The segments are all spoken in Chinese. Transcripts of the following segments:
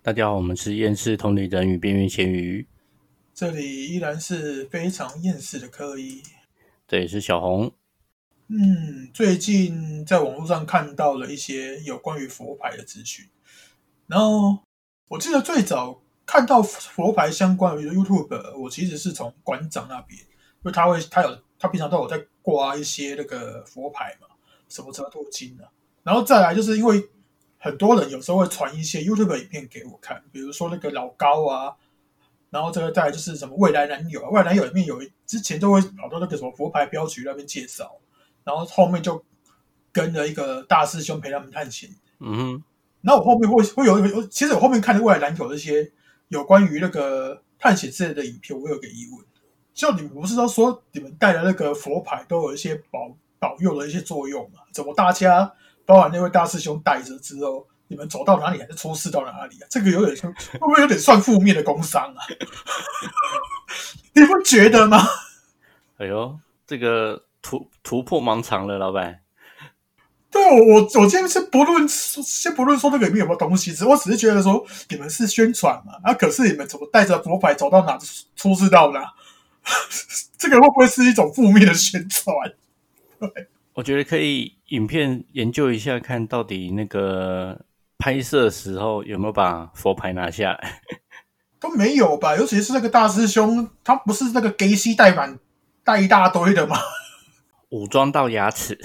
大家好，我们是厌世同理人与边缘咸鱼， 这里依然是非常厌世的科一。 这里是小红。 最近在网络上看到了一些有关于佛牌的资讯，然后我记得最早看到佛牌相关的 YouTube， 我其实是从馆长那边，因为他平常都有在挂一些那个佛牌嘛，什么折度金啊，然后再来就是因为很多人有时候会传一些 YouTube 影片给我看，比如说那个老高啊。然后这个再来就是什么未来男友啊，未来男友里面之前都会跑到那个什么佛牌镖局那边介绍，然后后面就跟了一个大师兄陪他们探险。然后我后面会有，其实我后面看的未来男友这些有关于那个探险之类的影片，我有个疑问，就你们不是都说你们带的那个佛牌都有一些保佑的一些作用嘛？怎么大家包含那位大师兄带着之后？你们走到哪里还是出事到哪里啊？这个有点会不会有点算负面的工伤啊？你不觉得吗？ 哎呦，这个突破盲肠了，老板。 对，我今天先不论说那个里面有没有东西，我只是觉得说你们是宣传嘛，可是你们怎么带着佛牌走到哪出事到哪？这个会不会是一种负面的宣传？对， 我觉得可以影片研究一下，看到底那个拍摄时候有没有把佛牌拿下来。 都没有吧？尤其是那个大师兄，他不是那个 gay 西带一大堆的吗？ 武装到牙齿，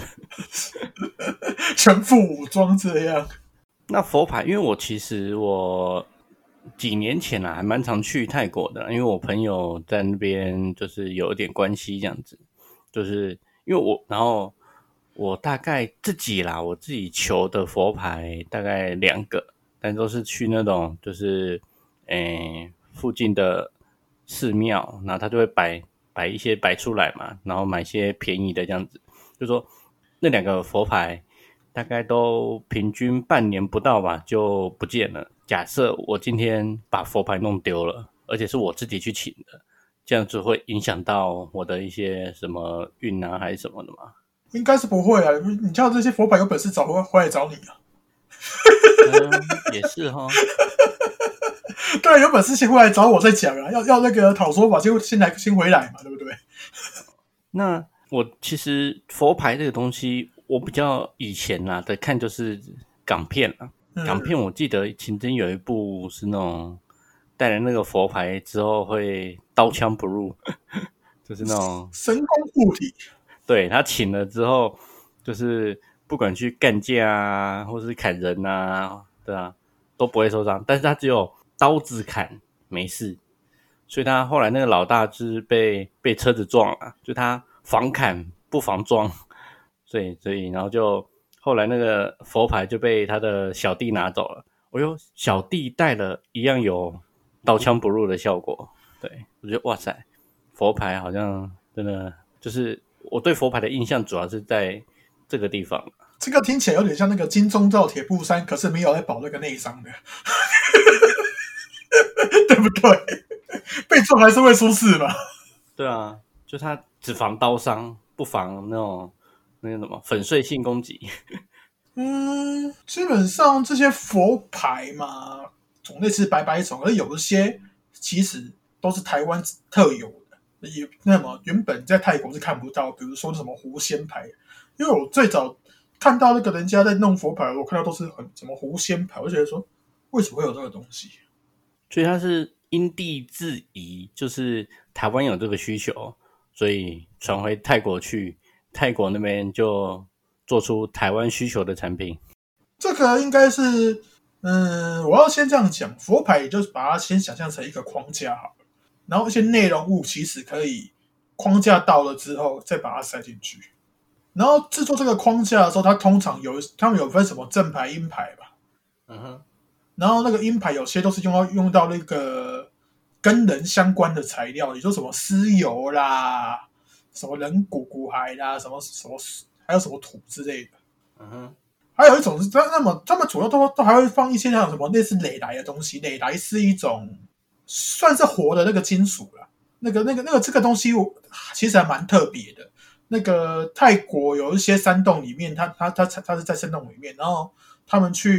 全副武装这样。 那佛牌，因为我几年前还蛮常去泰国的，因为我朋友在那边就是有一点关系这样子，就是因为然后我大概我自己求的佛牌大概2个，但都是去那种就是附近的寺庙，然后他就会摆出来嘛，然后买些便宜的这样子，就说那2个佛牌大概都平均半年不到吧就不见了。假设我今天把佛牌弄丢了，而且是我自己去请的，这样子会影响到我的一些什么运啊还是什么的吗？ 应该是不会啊，你叫这些佛牌有本事回来找你啊。 也是齁。 对，有本事先回来找我再讲啊，要那个讨说法先回来嘛，对不对？ 那我其实佛牌这个东西，我比较以前的看就是港片啦。港片我记得曾经有一部是那种带了那个佛牌之后会刀枪不入，就是那种神功护体。 对，他请了之后，就是不管去干架啊，或是砍人啊，对啊，都不会受伤。但是他只有刀子砍没事，所以他后来那个老大就是被车子撞了，就他防砍不防撞，所以然后就后来那个佛牌就被他的小弟拿走了。小弟带了一样有刀枪不入的效果。对，我觉得哇塞，佛牌好像真的就是我对佛牌的印象主要是在这个地方。 这个听起来有点像那个金钟罩铁布衫，可是没有在保那个内伤的，对不对？被撞还是会出事嘛？ 对啊，就它只防刀伤，不防那个什么粉碎性攻击。 基本上这些佛牌嘛，种类是百百种，而有一些其实都是台湾特有的，也那么原本在泰国是看不到，比如说什么狐仙牌，因为我最早看到那个人家在弄佛牌，我看到都是什么狐仙牌，我就觉得说为什么会有这个东西？ 所以它是因地制宜，就是台湾有这个需求，所以传回泰国去，泰国那边就做出台湾需求的产品。 这个应该是，我要先这样讲，佛牌也就是把它先想象成一个框架好了，然后一些内容物其实可以框架到了之后再把它塞进去，然后制作这个框架的时候，他们有分什么正牌、阴牌吧，然后那个阴牌有些都是用到那个跟人相关的材料，你说什么尸油啦，什么人骨骸啦，什么还有什么土之类的。还有一种是，他们主要都还会放一些像什么类似垒来的东西。垒来是一种算是活的那个金属啦。这个东西其实还蛮特别的。那个泰国有一些山洞里面，它是在山洞里面，然后他们去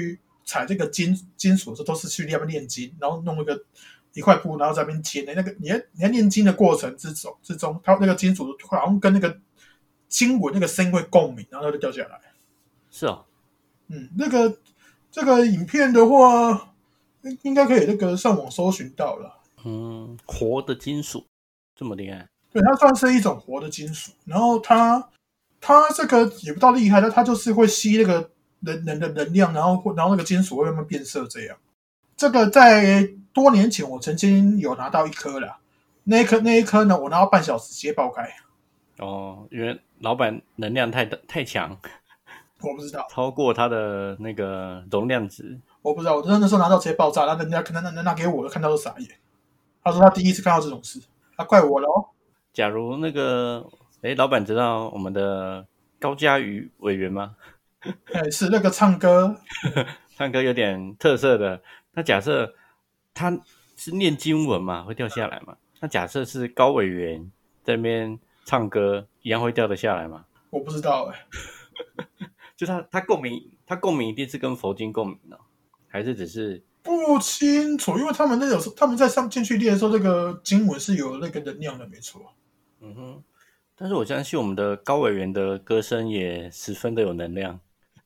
踩这个金属的时候，都是去那边念经，然后弄一块布，然后在那边接那个你在念经的过程之中，它那个金属好像跟那个经文那个声音会共鸣，然后它就掉下来。 是哦， 这个影片的话，应该可以那个上网搜寻到了。 活的金属这么厉害？ 对，它算是一种活的金属，然后它这个也不到厉害，它就是会吸那个人的能量，然后那个金属会慢慢变色这样。这个在多年前我曾经有拿到一颗啦，那一颗呢，我拿到半小时直接爆开。 哦，因为老板能量太强， 我不知道， 超过他的那个容量值。 我不知道，我那时候拿到直接爆炸，那人家可能拿给我的，看到都傻眼。他说他第一次看到这种事，他怪我了哦。 假如那个，老板知道我们的高嘉瑜委员吗？ 是那个唱歌有点特色的。那假设他是念经文嘛，会掉下来嘛？那假设是高委员在那边唱歌，一样会掉得下来吗？ 我不知道就他共鸣一定是跟佛经共鸣的，还是只是不清楚，因为他们在上进去练的时候，这个经文是有那个能量的，没错。 但是我相信我们的高委员的歌声也十分的有能量。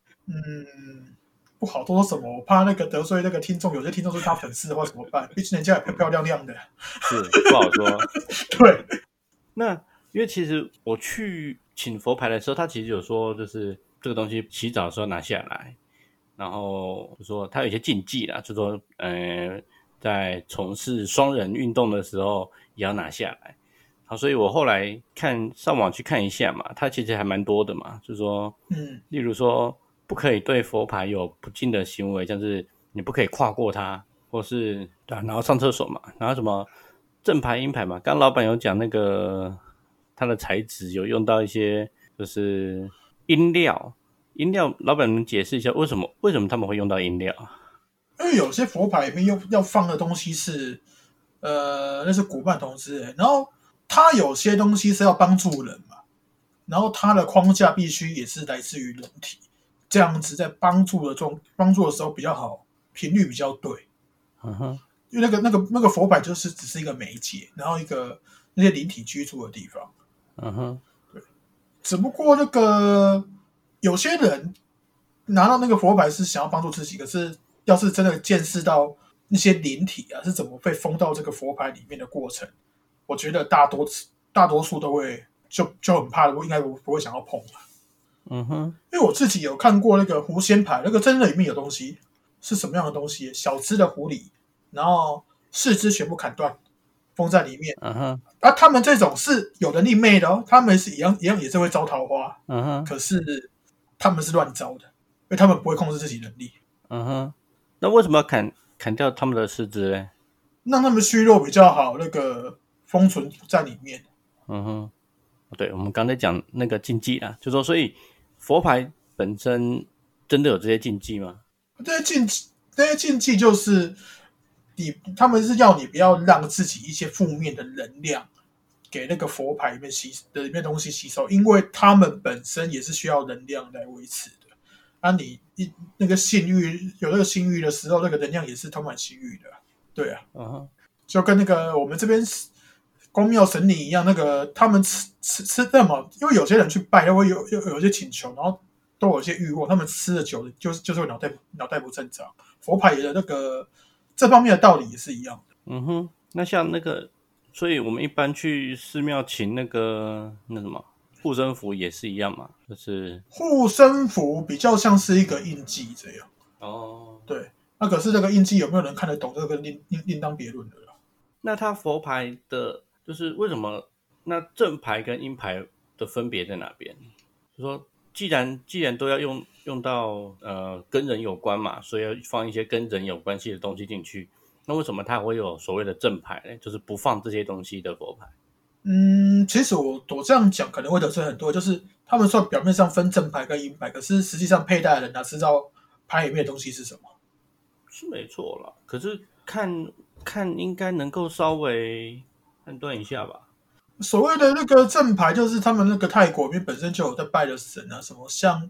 不好说什么，我怕那个得罪那个听众，有些听众是他粉丝的话怎么办？毕竟人家也漂漂亮亮的， 是不好说。 对， 那因为其实我去请佛牌的时候，他其实有说，就是这个东西洗澡的时候拿下来，然后就说他有一些禁忌啦，就说在从事双人运动的时候也要拿下来。好，所以我后来上网去看一下嘛，它其实还蛮多的嘛，就是说，例如说不可以对佛牌有不敬的行为，像是你不可以跨过它，或是对然后上厕所嘛，然后什么正牌阴牌嘛，刚老板有讲那个它的材质有用到一些就是音料，老板能解释一下为什么他们会用到音料？ 因为有些佛牌里面要放的东西是那是古曼童之人，然后它有些东西是要帮助人嘛，然后它的框架必须也是来自于人体，这样子在帮助的时候比较好，频率比较对。因为那个佛牌就是只是一个媒介，然后那些灵体居住的地方。对。只不过那个有些人拿到那个佛牌是想要帮助自己，可是要是真的见识到那些灵体啊是怎么被封到这个佛牌里面的过程，我觉得大多数都会就很怕的，应该不会想要碰。因为我自己有看过那个狐仙牌，那个真的里面有东西，是什么样的东西？小只的狐狸，然后四肢全部砍断，封在里面。他们这种是有能力魅的哦，他们是一样也是会招桃花。可是他们是乱招的，因为他们不会控制自己能力。 那为什么要砍掉他们的四肢呢？ 让他们虚弱比较好，那个封存在里面。 对，我们刚才讲那个禁忌啦，就说所以佛牌本身真的有这些禁忌吗？ 这些禁忌就是他们是要你不要让自己一些负面的能量给那个佛牌里面东西吸收，因为他们本身也是需要能量来维持的。你那个性欲有那个性欲的时候，那个能量也是充满性欲的。对啊，就跟那个我们这边宫庙神灵一样，那个他们吃那么，因为有些人去拜，他会有些请求，然后都有一些欲望，他们吃了久了就是会脑袋不正常。佛牌的那个这方面的道理也是一样的。 那像那个，所以我们一般去寺庙请那什么护身符也是一样嘛，就是护身符比较像是一个印记这样。对，那可是这个印记有没有人看得懂，这个另当别论的了。 那它佛牌的，就是为什么那正牌跟阴牌的分别在哪边？就说既然都要用到跟人有关嘛，所以要放一些跟人有关系的东西进去。那为什么它会有所谓的正牌呢？就是不放这些东西的佛牌。 其实我这样讲可能会得罪很多，就是他们说表面上分正牌跟阴牌，可是实际上佩戴的人哪知道牌里面的东西是什么？ 是没错啦，可是看应该能够稍微判断一下吧。 所谓的那个正牌，就是他们那个泰国里面本身就有在拜的神啊，什么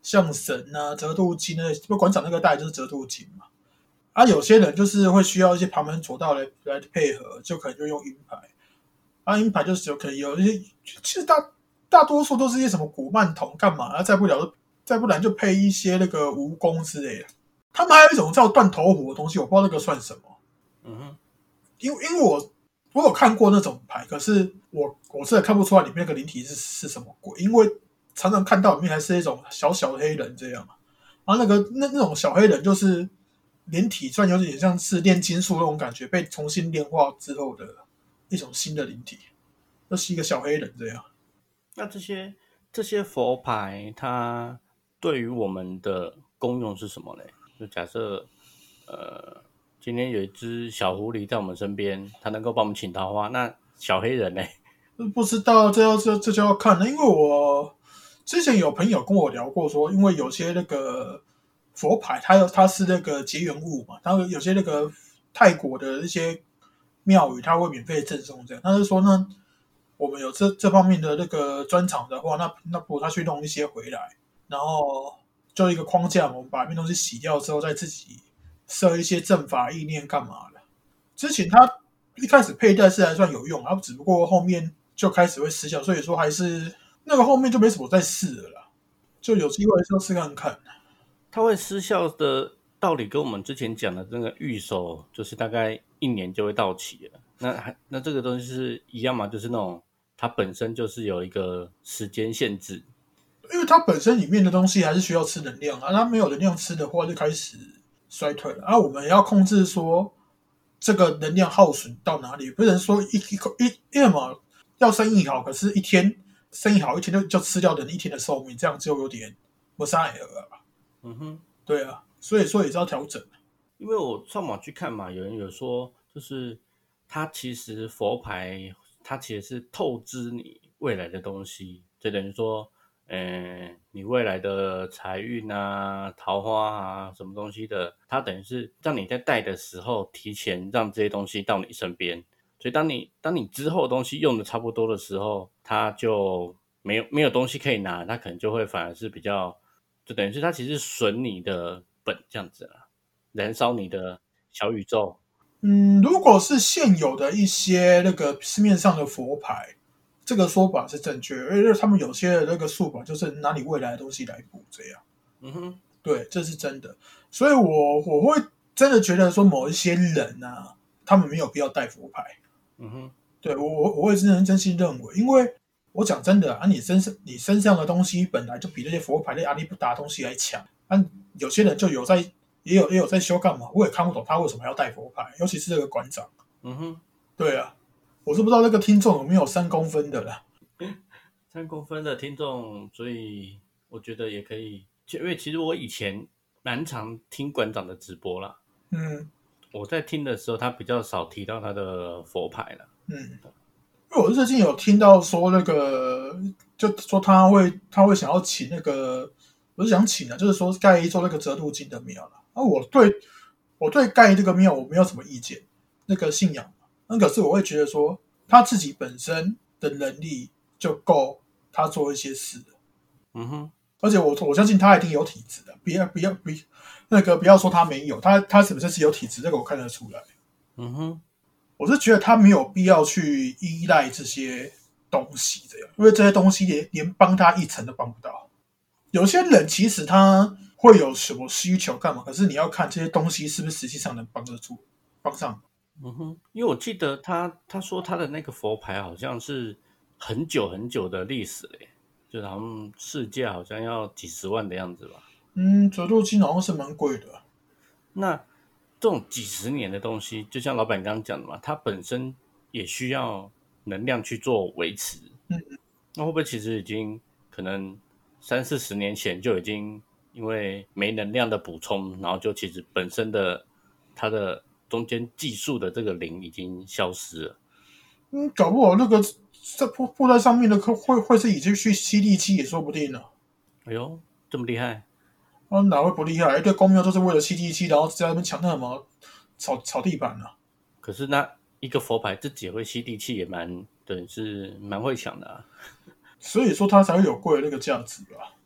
像神啊、折度金那不馆长那个带就是折度金嘛。啊，有些人就是会需要一些旁门左道来配合，就可能就用鹰牌。啊，鹰牌就是有可能有一些，其实大多数都是一些什么古曼童干嘛，再不然就配一些那个蜈蚣之类的。他们还有一种叫断头虎的东西，我不知道那个算什么。 嗯哼， 因为我有看过那种牌，可是我真的看不出来里面那个灵体是什么鬼，因为常常看到里面还是一种小小的黑人这样。然后那种小黑人就是灵体，虽然有点像是炼金术那种感觉，被重新炼化之后的一种新的灵体，就是一个小黑人这样。 那这些佛牌，它对于我们的功用是什么嘞？就假设今天有一只小狐狸在我们身边，它能够帮我们请桃花，那小黑人呢？ 不知道这就要看了，因为我之前有朋友跟我聊过说，因为有些那个佛牌，它是那个结缘物嘛，然后有些那个泰国的一些庙宇，它会免费赠送这样。他就说呢，我们有这方面的那个专长的话，那不如他去弄一些回来，然后就一个框架，我们把那边东西洗掉之后，再自己设一些阵法意念干嘛的。之前他一开始佩戴是还算有用，只不过后面就开始会失效，所以说还是那个后面就没什么再试了啦，就有机会就试看看。 它会失效的道理跟我们之前讲的那个预售，就是大概1年就会到期了。那这个东西是一样吗？就是那种它本身就是有一个时间限制。 因为它本身里面的东西还是需要吃能量啊，它没有能量吃的话就开始衰退了。我们要控制说这个能量耗损到哪里，不能说一嘛要生意好，可是一天生意好一天就吃掉人一天的寿命，这样就有点不善而了。 嗯哼， 对啊，所以说也是要调整。 因为我上网去看嘛，有人有说，就是它其实佛牌，它其实是透支你未来的东西，就等于说，你未来的财运啊、桃花啊、什么东西的，它等于是让你在带的时候，提前让这些东西到你身边，所以当你之后的东西用的差不多的时候，它就没有东西可以拿，它可能就会反而是比较，就等于是它其实损你的本这样子啦。燃烧你的小宇宙。 如果是现有的一些那个市面上的佛牌，这个说法是正确，因为他们有些的那个术法就是拿你未来的东西来补这样。 嗯哼， 对，这是真的。所以我会真的觉得说，某一些人啊，他们没有必要带佛牌。 嗯哼， 对我会真心认为，因为我讲真的你身上的东西本来就比那些佛牌的阿力不达的东西来强。有些人就也有在修干嘛，我也看不懂他为什么要带佛牌，尤其是这个馆长。 嗯哼， 对啊，我是不知道那个听众有没有3公分的啦。 3公分的听众，所以我觉得也可以，因为其实我以前蛮常听馆长的直播啦。 嗯我在听的时候，他比较少提到他的佛牌了。 嗯，因为我最近有听到说那个，就说他会想要请那个，不是想请的，就是说盖一座那个折度金的庙了。我对盖这个庙我没有什么意见，那个信仰，那可是我会觉得说他自己本身的能力就够他做一些事的。 嗯哼， 而且我相信他一定有体质的，不要说他没有，他本身是有体质，这个我看得出来。 嗯哼， 我是觉得他没有必要去依赖这些东西这样，因为这些东西连帮他一层都帮不到。有些人其实他会有什么需求干嘛，可是你要看这些东西是不是实际上能帮得住，帮上。 嗯哼，因为我记得他说他的那个佛牌好像是很久很久的历史嘞，就是好像市价好像要几十万的样子吧。 折度金好像是蛮贵的。 那这种几十年的东西，就像老板刚刚讲的嘛，它本身也需要能量去做维持。 嗯， 那会不会其实已经可能30-40年前就已经因为没能量的补充，然后就其实本身的它的中间技术的这个零已经消失了？ 搞不好那个在铺在上面的会是已经去吸地气也说不定呢。 哎呦，这么厉害！ 哪会不厉害？一堆公庙都是为了吸地气，然后在那边抢那什么草地板啊。 可是那一个佛牌自己会吸地气，也蛮对，是蛮会抢的啊。 所以说它才会有贵的那个价值吧。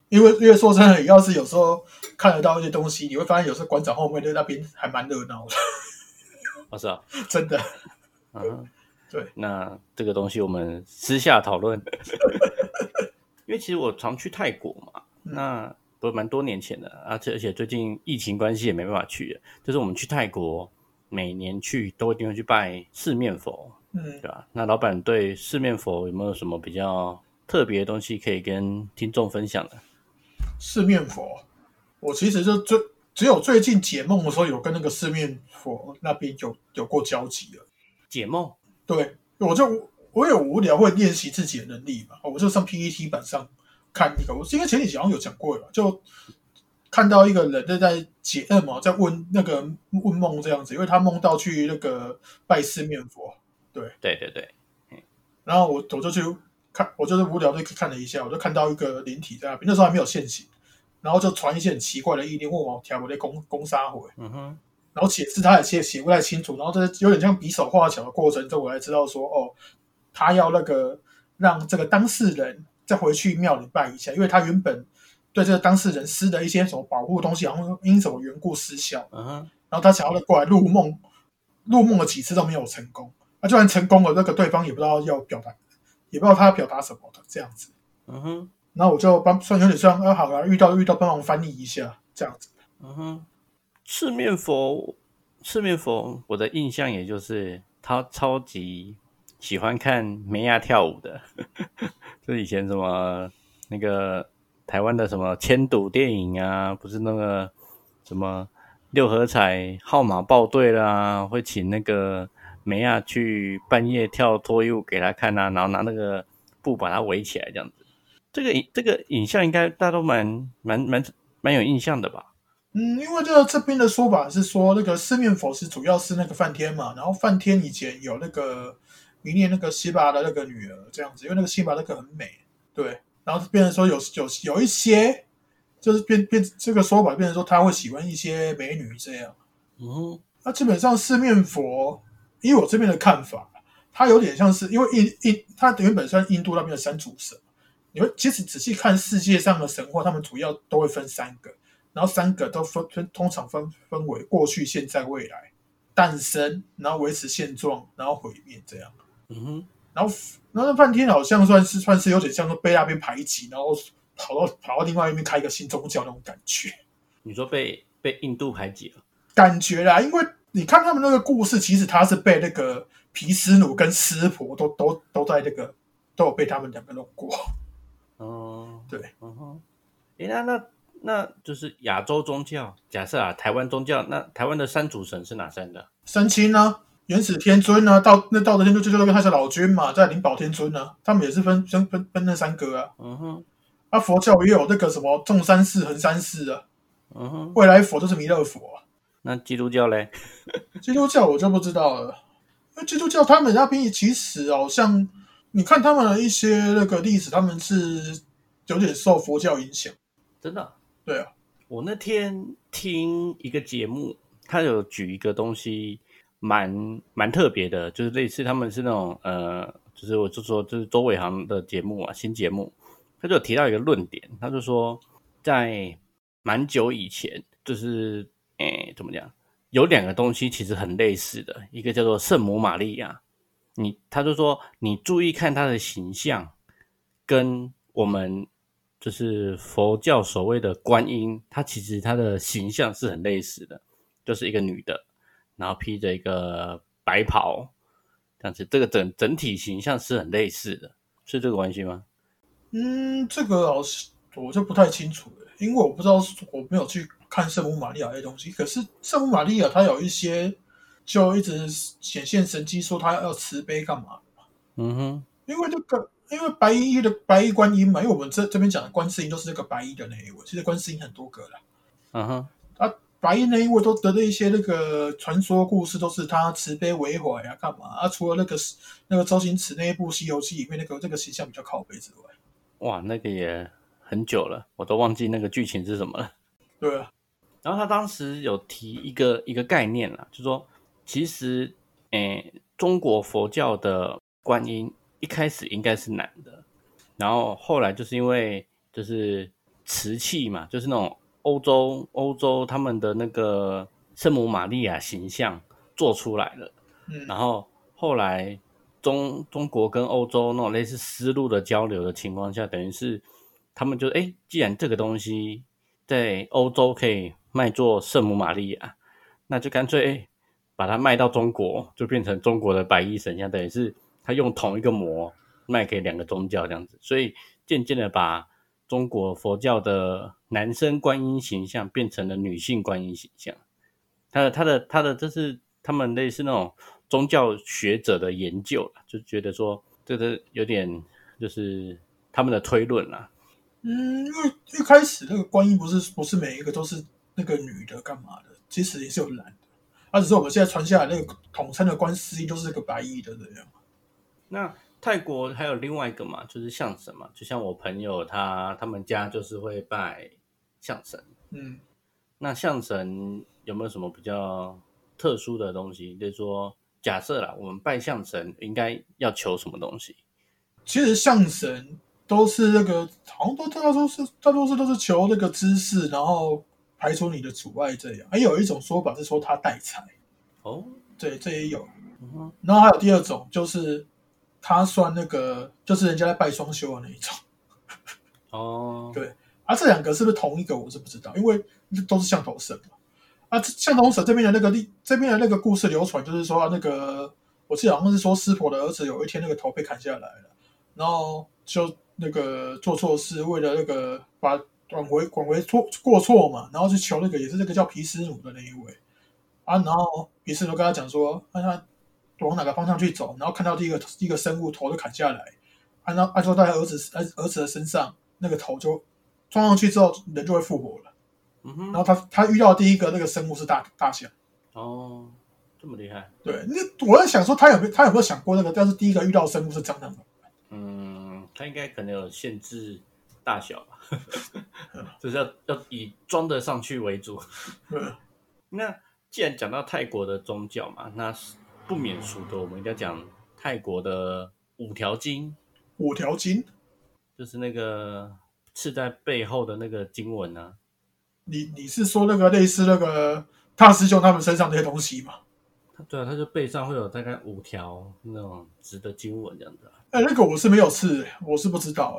因为说真的，要是有时候看得到一些东西，你会发现有时候馆长后面的那边还蛮热闹的。 哦，是啊， 真的。 嗯， 对， 那这个东西我们私下讨论。因为其实我常去泰国嘛，那不蛮多年前的，而且最近疫情关系也没办法去了。就是我们去泰国，每年去都一定会去拜四面佛，对吧？那老板对四面佛有没有什么比较特别的东西可以跟听众分享的？ 四面佛，我其实只有最近解梦的时候有跟那个四面佛那边有过交集了。 解梦。 对，我有无聊会练习自己的能力嘛，我就上 PPT 版上看一个，我应该前几集好像有讲过了，就看到一个人在解梦嘛，在问梦这样子，因为他梦到去那个拜四面佛。对， 对对对， 然后我就去看，我就是无聊的看了一下，我就看到一个灵体在那边，那时候还没有现形，然后就传一些很奇怪的意念，问我调我的攻杀回，然后写字他也写不太清楚，然后这有点像比手画脚的过程中，我才知道说哦，他要那个让这个当事人再回去庙里拜一下，因为他原本对这个当事人施的一些什么保护的东西，好像因什么缘故失效，然后他想要过来入梦了几次都没有成功，那就算成功了，那个对方也不知道要表达，也不知道他要表达什么的这样子。然后我就算有点像好了，遇到帮忙翻译一下这样子。 四面佛，四面佛，我的印象也就是他超级喜欢看梅亚跳舞的，就以前什么那个台湾的什么千赌电影啊，不是那个什么六合彩号码报对啦，会请那个梅亚去半夜跳脱衣舞给他看啊，然后拿那个布把他围起来这样子。这个影像应该大家都蛮有印象的吧？ 因为这边的说法是说，那个四面佛是主要是那个梵天嘛，然后梵天以前有那个迷恋那个西巴的那个女儿这样子，因为那个西巴那个很美，对，然后变成说有一些就是变这个说法变成说他会喜欢一些美女这样。那基本上四面佛，以我这边的看法，它有点像是因为它原本算印度那边的三主神，你会其实仔细看世界上的神话，他们主要都会分三个。然后三个都通常分为过去、现在、未来，诞生，然后维持现状，然后毁灭这样。然后那梵天好像算是有点像被那边排挤，然后跑到另外一边开一个新宗教那种感觉。 你说被印度排挤了？ 感觉啦，因为你看他们那个故事，其实他是被那个毗湿奴跟湿婆都在那个都有被他们两个弄过。对。 那就是亚洲宗教，假设台湾宗教，那台湾的三主神是哪三个？ 神清啊，元始天尊啊，道德天尊就那个太上老君嘛，在灵宝天尊啊，他们也是分那三个啊。佛教也有那个什么众山寺、横山寺啊。未来佛就是弥勒佛啊。 那基督教嘞？ 基督教我就不知道了，因为基督教他们那边其实好像，你看他们的一些那个历史，他们是有点受佛教影响。 真的？ 对啊。 我那天听一个节目，他有举一个东西蛮特别的，就是类似他们是那种就是我就说就是周伟航的节目啊，新节目，他就有提到一个论点，他就说在蛮久以前，就是怎么讲，有两个东西其实很类似的，一个叫做圣母玛利亚，他就说你注意看她的形象，跟我们就是佛教所谓的观音，它其实它的形象是很类似的，就是一个女的，然后披着一个白袍，这样子，这个整体形象是很类似的，是这个关系吗？ 这个我就不太清楚了，因为我不知道，我没有去看圣母玛利亚这些东西。可是圣母玛利亚她有一些就一直显现神迹，说她要慈悲干嘛？因为因为白衣观音嘛，因为我们这边讲的观世音都是那个白衣的那一位，其实观世音很多个啦。白衣那一位都得了一些那个传说故事，都是他慈悲为怀啊，干嘛啊？除了那个周星驰那一部《西游记》里面这个形象比较靠背之外， 哇，那个也很久了，我都忘记那个剧情是什么了。 对啊。 然后他当时有提一个概念啦，就说其实，中国佛教的观音一开始应该是男的，然后后来就是因为就是瓷器嘛，就是那种欧洲他们的那个圣母玛利亚形象做出来了，然后后来中国跟欧洲那种类似丝路的交流的情况下，等于是他们就既然这个东西在欧洲可以卖作圣母玛利亚，那就干脆把它卖到中国，就变成中国的白衣神像，等于是他用同一个模卖给两个宗教这样子，所以渐渐的把中国佛教的男生观音形象变成了女性观音形象。他的这是他们类似那种宗教学者的研究啦，就觉得说这个有点就是他们的推论啦。 因为一开始那个观音不是每一个都是那个女的干嘛的，其实也是有男的，只是我们现在传下来那个统称的观世音都是个白衣的这样。 那泰国还有另外一个嘛，就是象神嘛，就像我朋友他们家就是会拜象神。那象神有没有什么比较特殊的东西？就是说，假设啦，我们拜象神应该要求什么东西？ 其实象神都是那个，好像大多数都是求那个知识，然后排除你的阻碍这样。还有一种说法是说他带财，对，这也有。然后还有第二种就是他算那个，就是人家在拜双修的那一种。对。这两个是不是同一个我是不知道，因为都是象头神嘛。象头神这边的那个故事流传，就是说那个我记得好像是说师婆的儿子有一天那个头被砍下来了，然后就那个做错事，为了那个把挽回过错嘛，然后去求那个也是那个叫毗湿奴的那一位然后毗湿奴跟他讲说，他往哪个方向去走，然后看到第一个生物头就砍下来，然后就在儿子的身上，那个头就撞上去之后，人就会复活了。然后他遇到的第一个那个生物是大象。 这么厉害。 对，我在想说他有没有想过那个，要是第一个遇到的生物是蟑螂？ 他应该可能有限制大小吧，就是要以装得上去为主。那既然讲到泰国的宗教嘛，那不免俗的，我们应该讲泰国的五条经。 五条经就是那个刺在背后的那个经文啊。 你是说那个类似那个大师兄他们身上那些东西吗？ 对啊，他就背上会有大概5条那种直的经文这样子那个我是没有刺，我是不知道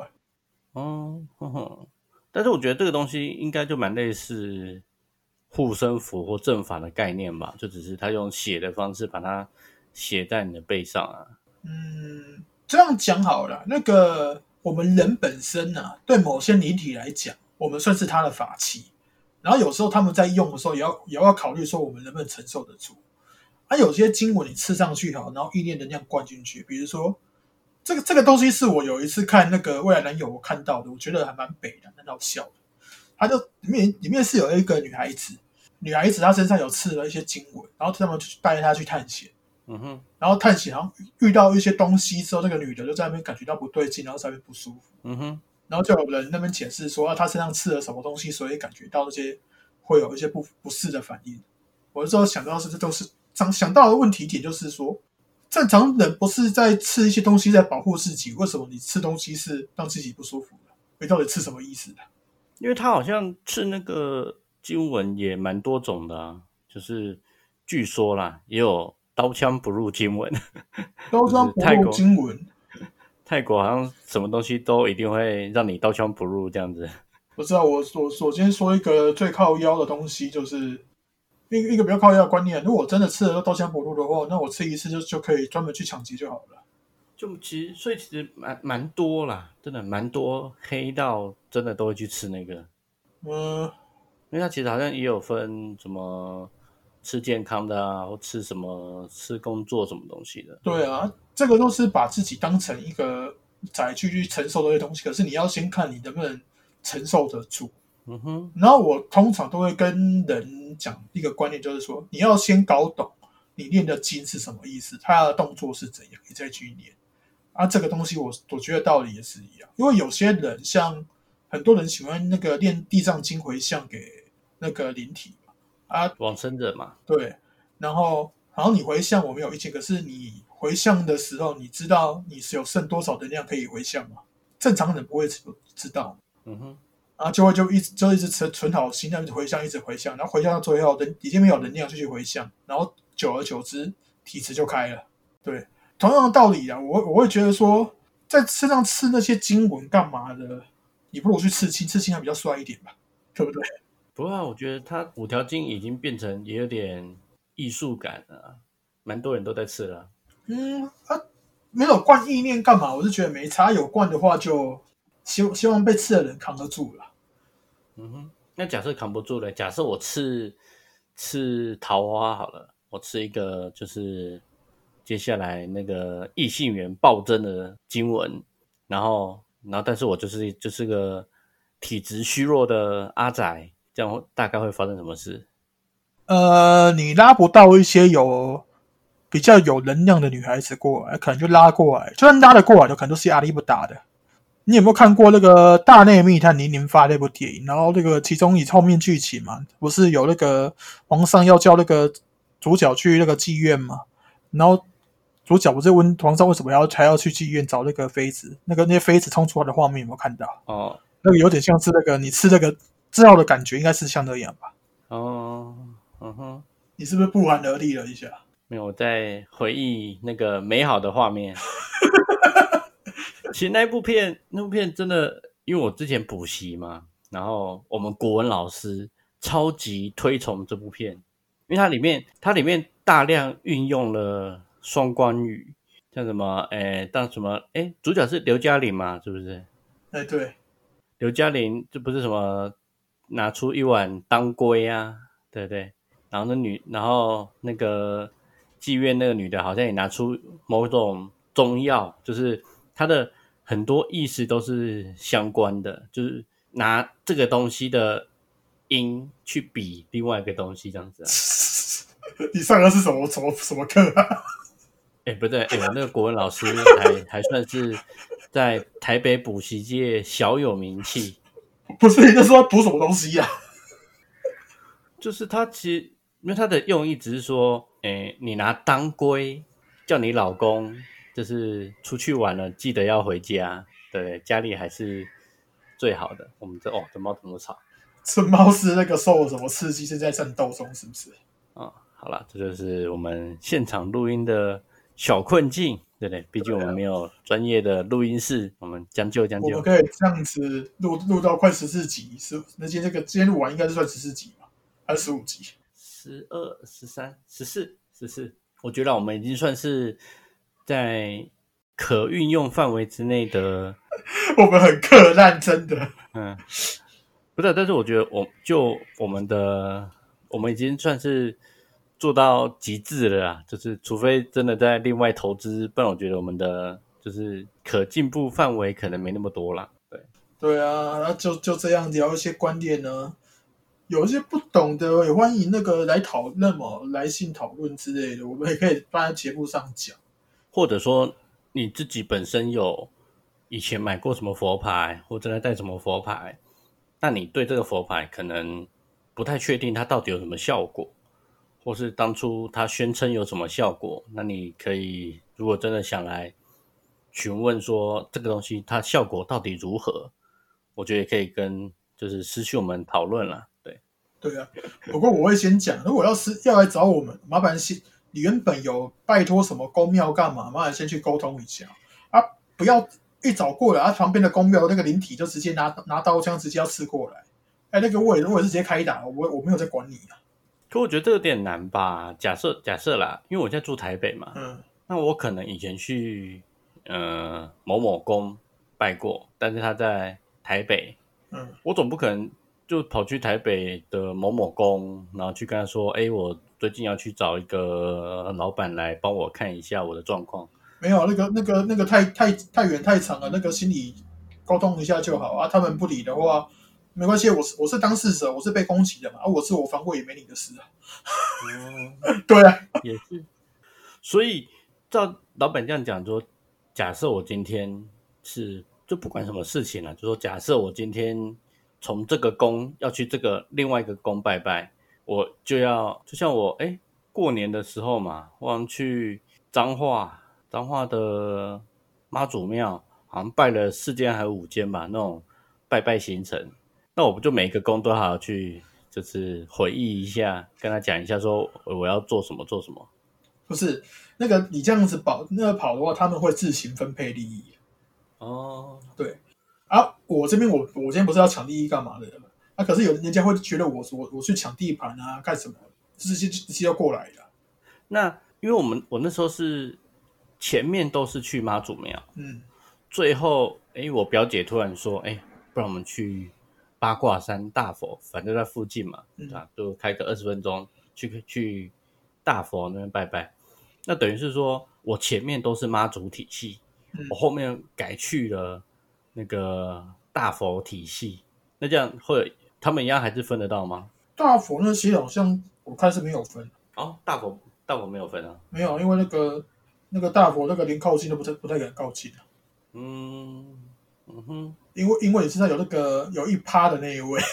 但是我觉得这个东西应该就蛮类似护身符或正法的概念吧，就只是他用写的方式把它写在你的背上啊。 这样讲好了，那个我们人本身对某些灵体来讲，我们算是他的法器，然后有时候他们在用的时候也要考虑说我们能不能承受得住。有些经文你刺上去好，然后意念能量灌进去，比如说这个东西是我有一次看那个未来男友我看到的，我觉得还蛮北的，蛮好笑的。他就里面是有一个女孩子她身上有刺了一些经文，然后他们就带她去探险。然后探险，然后遇到一些东西之后，那个女的就在那边感觉到不对劲，然后在那边不舒服。然后就有人那边解释说，她身上刺了什么东西，所以感觉到那些会有一些不适的反应。我那时候想到这都是想到的问题点，就是说，正常人不是在刺一些东西在保护自己，为什么你刺东西是让自己不舒服的？你到底刺什么意思的？ 因为他好像刺那个经文也蛮多种的啊，就是据说啦，也有刀枪不入经文。 刀枪不入经文。 泰国好像什么东西都一定会让你刀枪不入这样子。 不知道，我今天说一个最靠腰的东西，就是一个比较靠腰的观念。如果我真的吃了刀枪不入的话，那我吃一次就可以专门去抢劫就好了。 所以其实蛮多啦，真的蛮多黑道真的都会去吃那个。因为它其实好像也有分什么吃健康的啊，或吃什么吃工作什么东西的。 对啊，这个都是把自己当成一个载具去承受这些东西，可是你要先看你能不能承受得住。然后我通常都会跟人讲一个观念，就是说你要先搞懂你念的经是什么意思，它的动作是怎样，你再去念。这个东西我觉得道理也是一样，因为有些人像很多人喜欢那个念地藏经回向给那个灵体往生者嘛。 对，然后你回向我没有意见，可是你回向的时候，你知道你是有剩多少能量可以回向吗？正常人不会知道。 然后就一直存好心，一直回向，一直回向，然后回向到最后，已经没有能量，就去回向，然后久而久之，体质就开了。对，同样的道理啊，我会觉得说，在身上刺那些经文干嘛的？你不如去刺青，刺青还比较帅一点吧，对不对？ 不过我觉得它五条经已经变成也有点艺术感了，蛮多人都在吃了。 没有灌意念干嘛？我是觉得没差，有灌的话就希望被刺的人扛得住了。 嗯哼，那假设扛不住了，假设我刺桃花好了，我刺一个就是接下来那个异性缘暴增的经文，然后但是我就是个体质虚弱的阿仔，这样大概会发生什么事？ 你拉不到一些比较有能量的女孩子过来，可能就拉过来，就算拉得过来的，可能都是压力不大的。你有没有看过那个《大内密探零零发》那部电影？然后那个其中后面剧情嘛，不是有那个皇上要叫那个主角去那个妓院嘛？然后主角不是问皇上为什么还要去妓院找那个妃子？那些妃子冲出来的画面有没有看到？ 哦那个有点像是那个你吃那个治疗的感觉，应该是像那样吧？ 哦，嗯哼， 你是不是不寒而栗了一下？ 没有，我在回忆那个美好的画面。其实那部片真的，因为我之前补习嘛，然后我们国文老师超级推崇这部片，因为它里面大量运用了双关语，像什么当什么主角是刘嘉玲嘛，是不是？ 对， 刘嘉玲这不是什么拿出一碗当归啊，对不对？然后那个妓院那个女的好像也拿出某种中药，就是她的很多意思都是相关的，就是拿这个东西的音去比另外一个东西这样子啊。 你上的是什么课啊？ 不对，我那个国文老师还算是在台北补习界小有名气。 不是，你在说补什么东西呀、 就是他其实，因为他的用意只是说，你拿当归叫你老公，就是出去玩了记得要回家，对，家里还是最好的。我们这猫怎么吵春猫是那个受了什么刺激，正在战斗中，是不是？ 啊？好了，这就是我们现场录音的小困境，对不对？毕竟我们没有专业的录音室，我们将就将就。 我们可以这样子录到快14集，今天录完应该是算14集吧，还是15集？ 12、13、14，我觉得我们已经算是在可运用范围之内的。 我们很克烂，真的。 嗯，不是，但是我觉得我们已经算是做到极致了啦，就是除非真的在另外投资，不然我觉得我们的就是可进步范围可能没那么多啦。对， 对啊，那就这样聊一些观点呢。有一些不懂的，也欢迎那个来信讨论之类的，我们也可以放在节目上讲。 或者说你自己本身有以前买过什么佛牌，或者在带什么佛牌，那你对这个佛牌可能不太确定它到底有什么效果，或是当初它宣称有什么效果，那你可以如果真的想来询问说这个东西它效果到底如何，我觉得也可以跟就是私讯我们讨论啦。对， 对啊，不过我会先讲，如果要来找我们，麻烦你原本有拜托什么公庙干嘛，麻烦先去沟通一下啊，不要一找过来，旁边的公庙那个灵体就直接拿刀枪直接要刺过来，那个我也是直接开打，我没有在管你啊。 可我觉得这有点难吧？假设啦，因为我现在住台北嘛，那我可能以前去某某宫拜过，但是他在台北，我总不可能就跑去台北的某某宫，然后去跟他说，我最近要去找一个老板来帮我看一下我的状况。 没有那个太远太长了，那个心理沟通一下就好啊。他们不理的话，没关系，我是当事者，我是被攻击的嘛，我防卫也没你的事啊。对啊， 也是。所以照老板这样讲说，假设我今天就不管什么事情了，就说假设我今天从这个宫要去这个另外一个宫拜拜，我就像我过年的时候嘛，我好像去彰化的妈祖庙，好像拜了4间还是5间吧，那种拜拜行程。 那我就每一个宫都好好去就是回忆一下，跟他讲一下说我要做什么做什么。 不是那个你这样子跑的话，他们会自行分配利益。 哦， 对啊，我这边我今天不是要抢利益干嘛的啊？可是有人家会觉得我去抢地盘啊，干什么？这些要过来的。 那因为我那时候是前面都是去妈祖庙，最后我表姐突然说，不然我们去八卦山大佛，反正在附近嘛，就开个20分钟去大佛那边拜拜。那等于是说我前面都是妈祖体系，我后面改去了那个大佛体系，那这样他们一样还是分得到吗？ 大佛那些好像我看是没有分哦，大佛没有分啊？ 没有，因为那个大佛那个连靠近都不太敢靠近啊。因为你知道有1%的那一位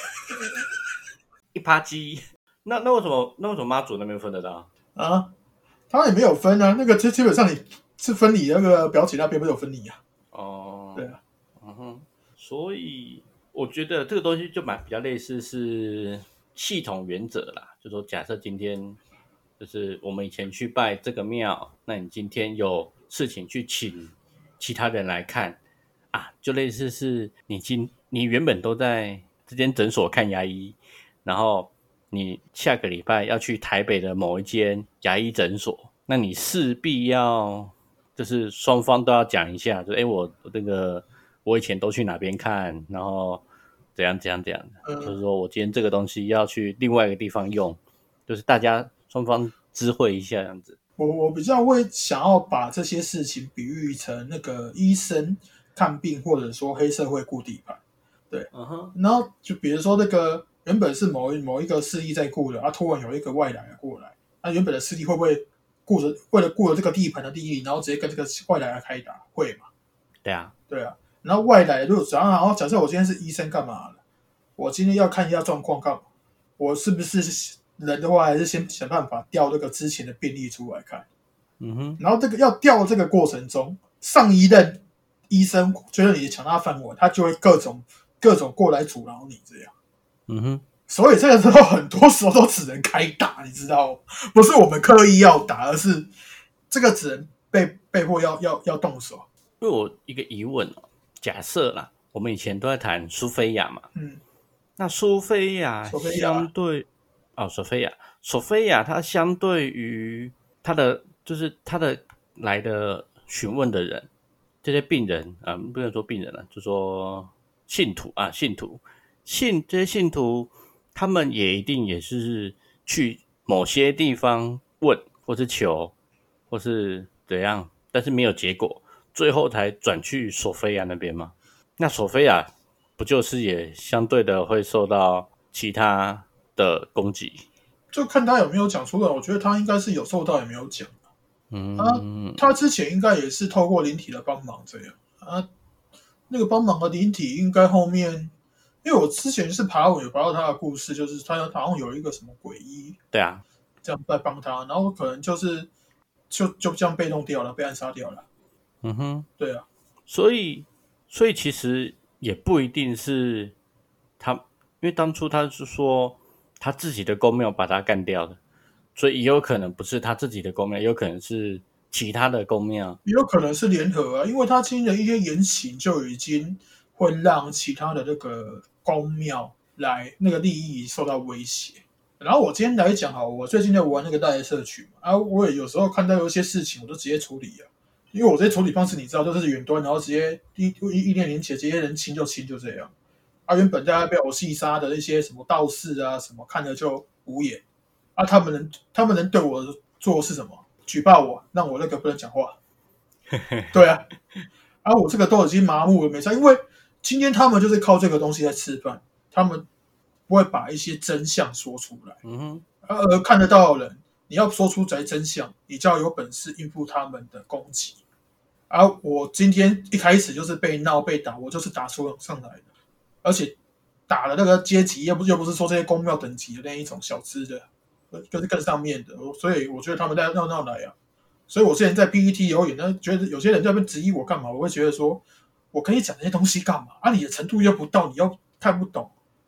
1%鸡，那为什么妈祖那边分得到啊？他也没有分啊，那个基本上你是分你那个表姐那边没有分你啊。 哦， 对啊， 所以我觉得这个东西就比较类似是系统原则啦，就说假设今天就是我们以前去拜这个庙，那你今天有事情去请其他人来看啊，就类似是你原本都在这间诊所看牙医，然后你下个礼拜要去台北的某一间牙医诊所，那你势必要就是双方都要讲一下，就我这个我以前都去哪边看，然后怎样，就是说我今天这个东西要去另外一个地方用，就是大家双方知会一下这样子。 我比较会想要把这些事情比喻成那个医生看病，或者说黑社会顾地盘。对，然后就比如说那个原本是某一个势力在顾的，突然有一个外来过来，那原本的势力会不会为了顾着这个地盘的利益，然后直接跟这个外来开打？会嘛？ 对啊， 然后外来如果然后假设我今天是医生干嘛的？我今天要看一下状况干嘛？我是不是人的话，还是先想办法调这个之前的病历出来看？然后这个要调这个过程中，上一任医生觉得你抢他饭碗，他就会各种过来阻挠你这样。所以这个时候很多时候都只能开打，你知道吗？不是我们刻意要打，而是这个只能被迫要动手。 因为我一个疑问假设啦，我们以前都在谈苏菲亚嘛，那苏菲亚相对索菲亚它相对于它的来的询问的人，这些病人不能说病人了，就说信徒这些信徒，他们也一定也是去某些地方问或是求或是怎样，但是没有结果，最后才转去索菲亚那边吗？那索菲亚不就是也相对的会受到其他的攻击？ 就看他有没有讲出来，我觉得他应该是有受到，也没有讲。他之前应该也是透过灵体的帮忙这样那个帮忙的灵体应该后面，因为我之前是有爬到他的故事，就是他好像有一个什么鬼医， 对啊， 这样在帮他，然后可能就这样被弄掉了，被暗杀掉了。对啊， 所以其实也不一定是他，因为当初他是说他自己的公庙把他干掉的，所以也有可能不是他自己的公庙，也有可能是其他的公庙， 也有可能是联合啊，因为他今天的一些言行就已经会让其他的那个公庙来那个利益受到威胁。然后我今天来讲我最近在玩那个大爱社群我也有时候看到有一些事情，我就直接处理了。因为我这些处理方式你知道，就是远端，然后直接意念连结，直接人清就清，就这样。原本大家被我戏杀的那些什么道士什么，看了就无言。他们能对我做的是什么？举报我，让我那个不能讲话。对啊，我这个都已经麻木了，没事，因为今天他们就是靠这个东西在吃饭，他们不会把一些真相说出来。而看得到的人，你要说出真相，你就要有本事应付他们的攻击。我今天一开始就是被闹被打，我就是打出上来的，而且打的那个阶级又不是说这些公庙等级的那一种小资的，就是更上面的，所以我觉得他们在闹来所以我之前在 PPT 留言呢，觉得有些人在那边质疑我干嘛，我会觉得说，我跟你讲这些东西干嘛你的程度又不到，你又看不懂，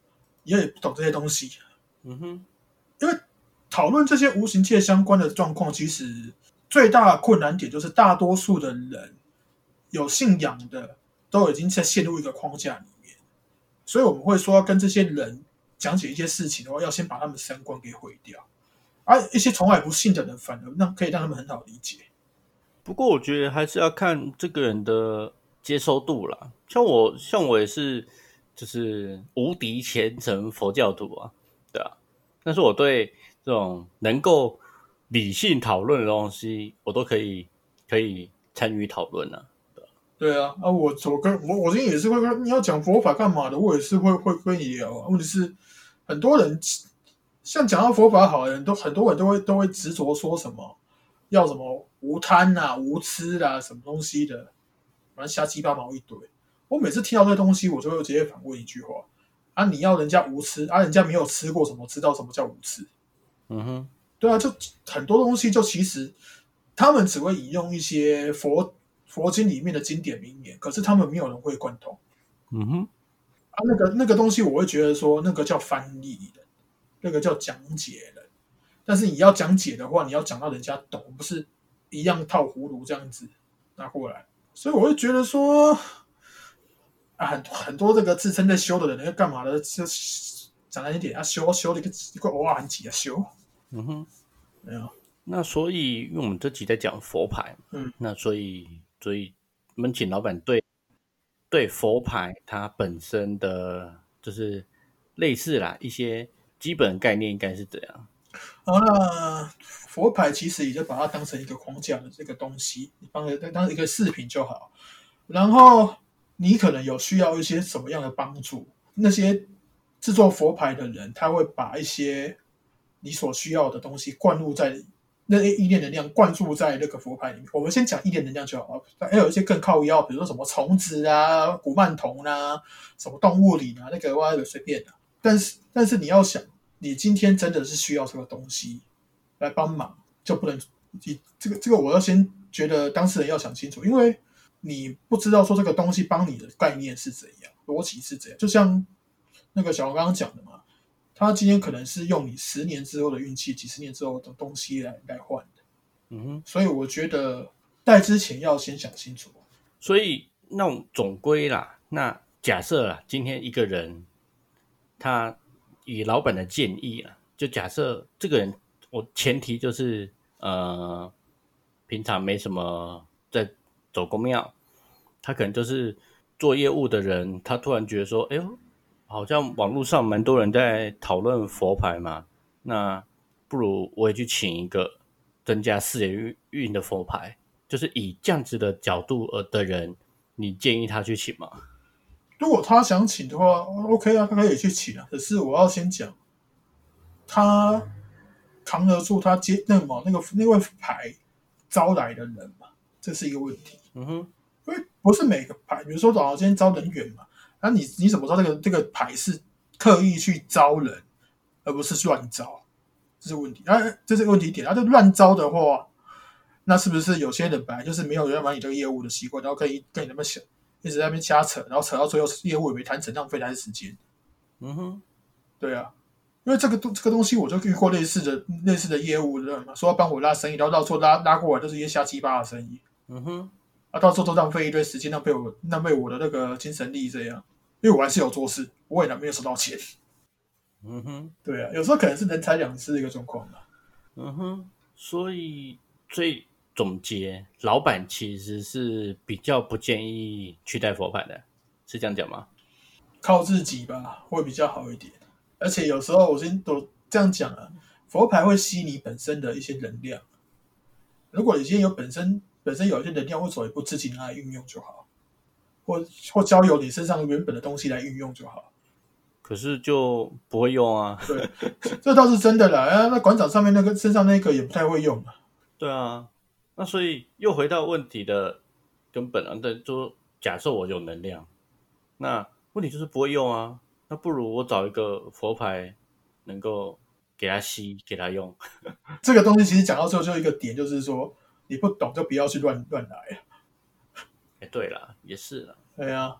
也不懂这些东西。 嗯哼， 因为讨论这些无形界相关的状况，其实最大的困难点就是大多数的人有信仰的都已经在陷入一个框架里面，所以我们会说要跟这些人讲解一些事情的话，要先把他们三观给毁掉。而一些从来不信的人，反而可以让他们很好理解。 不过我觉得还是要看这个人的接受度啦。像我也是，就是无敌虔诚佛教徒啊，对啊。但是我对这种能够理性讨论的东西，我都可以参与讨论啊。 对啊，我今天也是会跟你要讲佛法干嘛的，我也是会跟你聊啊。问题是很多人像讲到佛法好的人，很多人都会执着说什么要什么无贪啊、无痴啊什么东西的，反正瞎鸡巴毛一堆。我每次听到这些东西，我就会直接反问一句话：啊，你要人家无痴啊，人家没有吃过什么，知道什么叫无痴？ 嗯哼， 对啊，就很多东西就其实他们只会引用一些佛经里面的经典名言，可是他们没有人会贯通。 嗯哼， 啊，那个东西，我会觉得说，那个叫翻译人，那个叫讲解人。但是你要讲解的话，你要讲到人家懂，不是一样套葫芦这样子拿过来。所以我会觉得说，啊，很多这个自称在修的人要干嘛的？就讲难一点，啊，修的一个偶尔很挤啊修。 嗯哼。 没有， 那所以，因为我们这集在讲佛牌，那所以我们请老板对佛牌它本身的就是类似啦一些基本概念应该是怎样？ 好，那佛牌其实也就把它当成一个框架的这个东西，你当一个饰品就好。然后你可能有需要一些什么样的帮助，那些制作佛牌的人，他会把一些你所需要的东西灌入在那意念能量灌注在那个佛牌里面。我们先讲意念能量就好了，还有一些更靠腰，比如说什么虫子啊、古曼童啊、什么动物灵啊，那个我随便的。但是你要想，你今天真的是需要这个东西来帮忙，就不能这个我要先觉得当事人要想清楚，因为你不知道说这个东西帮你的概念是怎样，逻辑是怎样。就像那个小王刚刚讲的嘛，他今天可能是用你10年之后的运气、几十年之后的东西来换的。 嗯哼， 所以我觉得带之前要先想清楚。 所以那种总归啦，那假设啦，今天一个人他以老板的建议啦，就假设这个人，我前提就是平常没什么在走公庙，他可能就是做业务的人，他突然觉得说，哎呦，好像网络上蛮多人在讨论佛牌嘛，那不如我也去请一个增加事业运的佛牌，就是以这样子的角度的人，你建议他去请吗？ 如果他想请的话，OK 啊，他可以去请啊。可是我要先讲，他扛得住他接那位牌招来的人嘛，这是一个问题。 嗯哼， 因为不是每个牌，比如说今天招人员嘛，那你怎么知道这个牌是刻意去招人，而不是乱招？这是问题。这是个问题点。就乱招的话，那是不是有些人本来就是没有要买你这个业务的习惯，然后可以跟你那么想，一直在那边瞎扯，然后扯到最后业务也没谈成，浪费他的时间。 嗯哼， 对啊，因为这个东西我就遇过类似的业务的嘛，说要帮我拉生意，然后到时候拉过来都是一些瞎鸡巴的生意。 嗯哼， 到时候都浪费一堆时间，浪费我的那个精神力，这样，因为我还是有做事，我也没有收到钱。 嗯哼， 对啊，有时候可能是人财两失的一个状况嘛。 嗯哼，所以总结，老板其实是比较不建议去带佛牌的，是这样讲吗？ 靠自己吧，会比较好一点。而且有时候我先都这样讲啊，佛牌会吸你本身的一些能量。如果你今天本身有一些能量，为什么不自己拿来运用就好？或交由你身上原本的东西来运用就好。 可是就不会用啊。 对，这倒是真的啦。那馆长上面身上那个也不太会用啊。 对啊，那所以又回到问题的根本啊，就假设我有能量，那问题就是不会用啊，那不如我找一个佛牌能够给他吸，给他用。 这个东西其实讲到最后就一个点，就是说你不懂就不要去乱来。 对啦，也是啦。 对啊，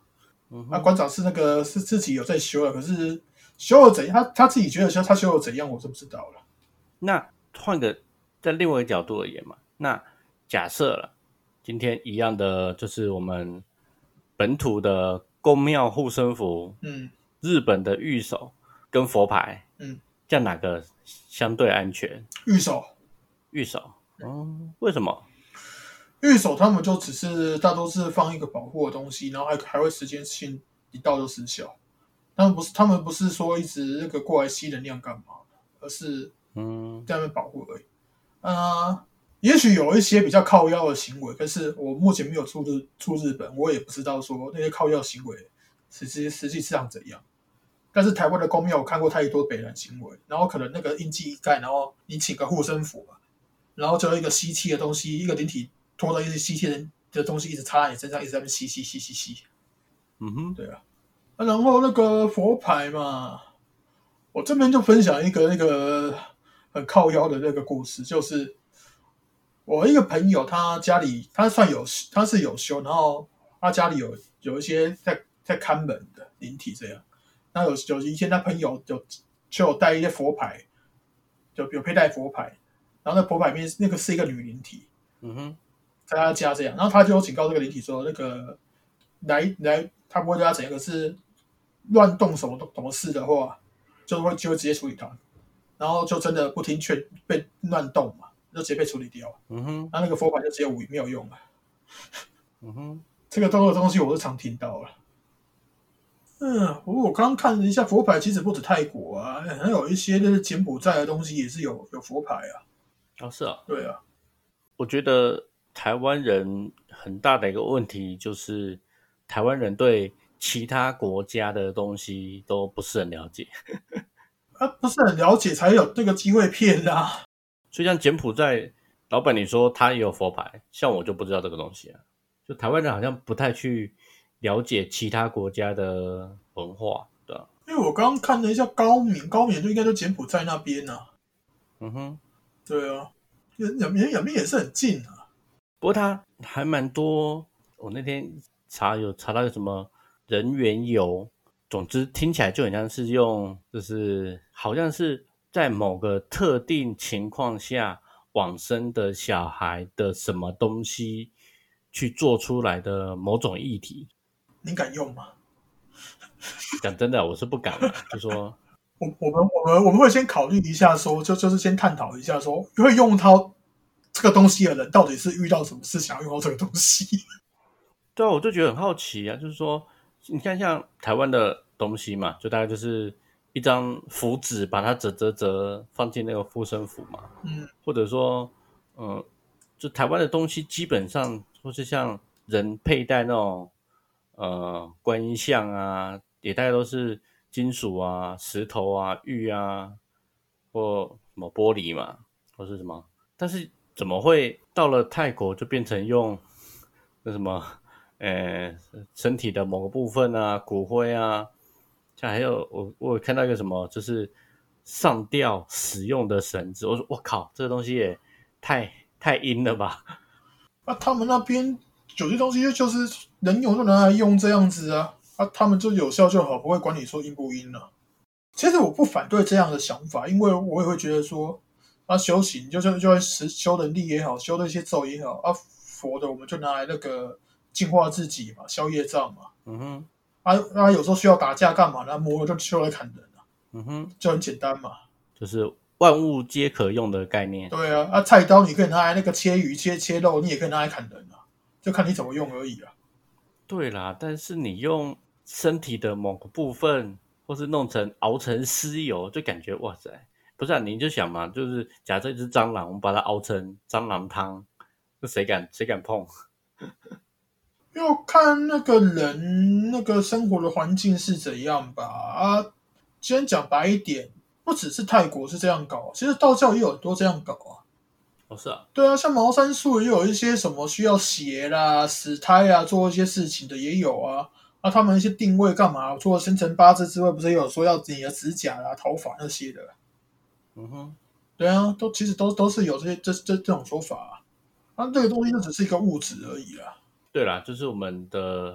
馆长是那个是自己有在修了，可是修了怎样，他自己觉得他修了怎样，我是不知道了。 那换个在另外一个角度而言嘛，那假设了今天一样的就是我们本土的宫庙护身符，日本的御守跟佛牌，这样哪个相对安全？ 御守， 御守，为什么？ 御守他们就只是大多是放一个保护的东西，然后还会时间性一到就失效。他们不是说一直那个过来吸能量干嘛，而是在那边保护而已。也许有一些比较靠腰的行为，但是我目前没有出日本，我也不知道说那些靠腰行为实际上怎样。但是台湾的宫庙我看过太多北兰行为，然后可能那个印记一盖，然后你请个护身符嘛，然后就一个吸气的东西，一个灵体拖到一些吸气的东西一直插在你身上，一直在那边吸。对啊。然后那个佛牌嘛，我这边就分享一个那个很靠腰的那个故事，就是我一个朋友，他家里他是有修，然后他家里有一些在看门的灵体这样。那有一天他朋友就有带一些佛牌，就有佩戴佛牌，然后那佛牌面那个是一个女灵体，在他家这样，然后他就有警告这个灵体说，那个来，他不会对他怎样，可是乱动什么事的话，就会直接处理他，然后就真的不听劝被乱动嘛，就直接被处理掉。那个佛牌就直接没有用了。这个东西我是常听到了。我刚刚看了一下佛牌，其实不止泰国啊，还有一些就是柬埔寨的东西也是有佛牌啊。 是啊， 对啊。 我觉得台湾人很大的一个问题就是台湾人对其他国家的东西都不是很了解。 不是很了解才有这个机会骗啦。 所以像柬埔寨老板你说他也有佛牌，像我就不知道这个东西啊。就台湾人好像不太去了解其他国家的文化，对啊。 因为我刚刚看了一下高明就应该就柬埔寨那边啊。对啊，两边也是很近啊。 不过他还蛮多，我那天查到有什么人缘油，总之听起来就很像是用，就是好像是在某个特定情况下往生的小孩的什么东西去做出来的某种议题。 你敢用吗？ 讲真的，我是不敢的，就说我们会先考虑一下说，就是先探讨一下说，会用到这个东西的人到底是遇到什么事想要用到这个东西。 对啊，我就觉得很好奇啊，就是说你看像台湾的东西嘛，就大概就是一张符纸，把它折放进那个护身符嘛，或者说就台湾的东西基本上或是像人佩戴那种观音像啊，也大概都是金属啊、石头啊、玉啊，或什么玻璃嘛，或是什么，但是怎么会到了泰国就变成用那什么身体的某个部分啊、骨灰啊，像还有我有看到一个什么，就是上吊使用的绳子，我说我靠，这个东西也太阴了吧？ 他们那边有些东西就是能用就拿来用这样子啊，他们就有效就好，不会管你说阴不阴啊。其实我不反对这样的想法，因为我也会觉得说，修行就会修能力也好，修的一些咒也好，佛的我们就拿来那个净化自己嘛，消业障嘛。有时候需要打架干嘛呢？摸了就修来砍人啊。就很简单嘛， 就是万物皆可用的概念。 对啊，菜刀你可以拿来那个切鱼、切肉，你也可以拿来砍人啊，就看你怎么用而已啊。 对啦，但是你用身体的某个部分，或是熬成尸油，就感觉哇塞，不是啊？你就想嘛，就是假设一只蟑螂，我们把它熬成蟑螂汤，那谁敢碰？ 要看那个人那个生活的环境是怎样吧。今天讲白一点，不只是泰国是这样搞，其实道教也有很多这样搞啊。 是啊。 对啊，像茅山术也有一些什么需要血啦、死胎啊，做一些事情的也有啊。他们一些定位干嘛？除了生辰八字之外，不是也有说要你的指甲啦、头发那些的？对啊，其实都是有这种说法啊。这个东西就只是一个物质而已啦。 对啦，就是我们的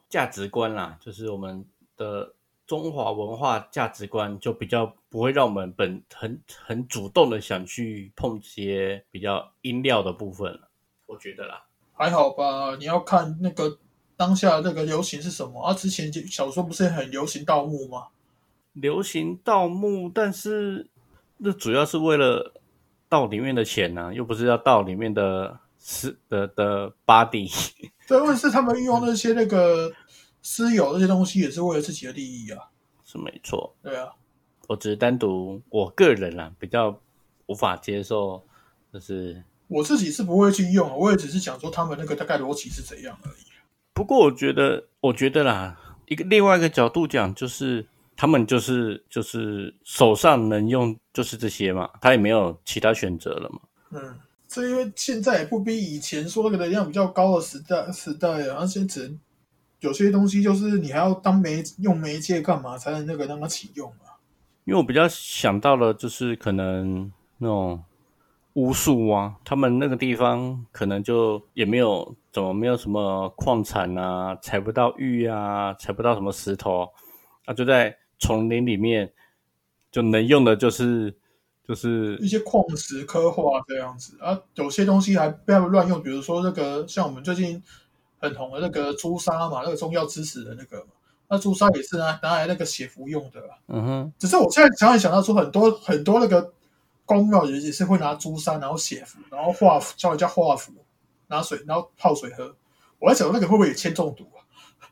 价值观啦，就是我们的中华文化价值观就比较不会让我们很主动的想去碰这些比较音料的部分了，我觉得啦。 还好吧，你要看那个当下那个流行是什么啊？之前小说不是很流行盗墓吗？ 流行盗墓，但是那主要是为了盗里面的钱啊，又不是要盗里面的body。 对，问题是他们运用那些那个私有那些东西，也是为了自己的利益啊。 是没错。 对啊， 我只是单独我个人啦，比较无法接受，就是我自己是不会去用，我也只是讲说他们那个大概逻辑是怎样而已。 不过我觉得啦，另外一个角度讲，就是他们就是手上能用就是这些嘛，他也没有其他选择了嘛。 嗯，这因为现在也不比以前说那个能量比较高的时代啊，现在只能有些东西就是你还要当用媒介干嘛才能那个让它启用啊？ 因为我比较想到了，就是可能那种巫术啊，他们那个地方可能就也没有什么矿产啊，采不到玉啊，采不到什么石头啊，就在丛林里面，就能用的就是一些矿石刻画这样子啊，有些东西还不要乱用，比如说那个像我们最近很红的那个朱砂嘛，那个中药知识的那个嘛，那朱砂也是拿来那个写符用的啊。 嗯哼。 只是我现在想到说很多那个宫庙也是会拿朱砂，然后写符，然后教人家画符，拿水然后泡水喝。我在想那个会不会也铅中毒啊？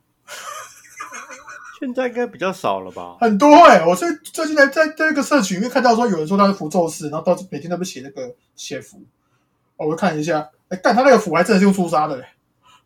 现在应该比较少了吧？ 很多我最近在那个社群里面看到说有人说他是符咒师，然后每天都被写那个写符，我就看一下，干他那个符还真的是用朱砂的嘞。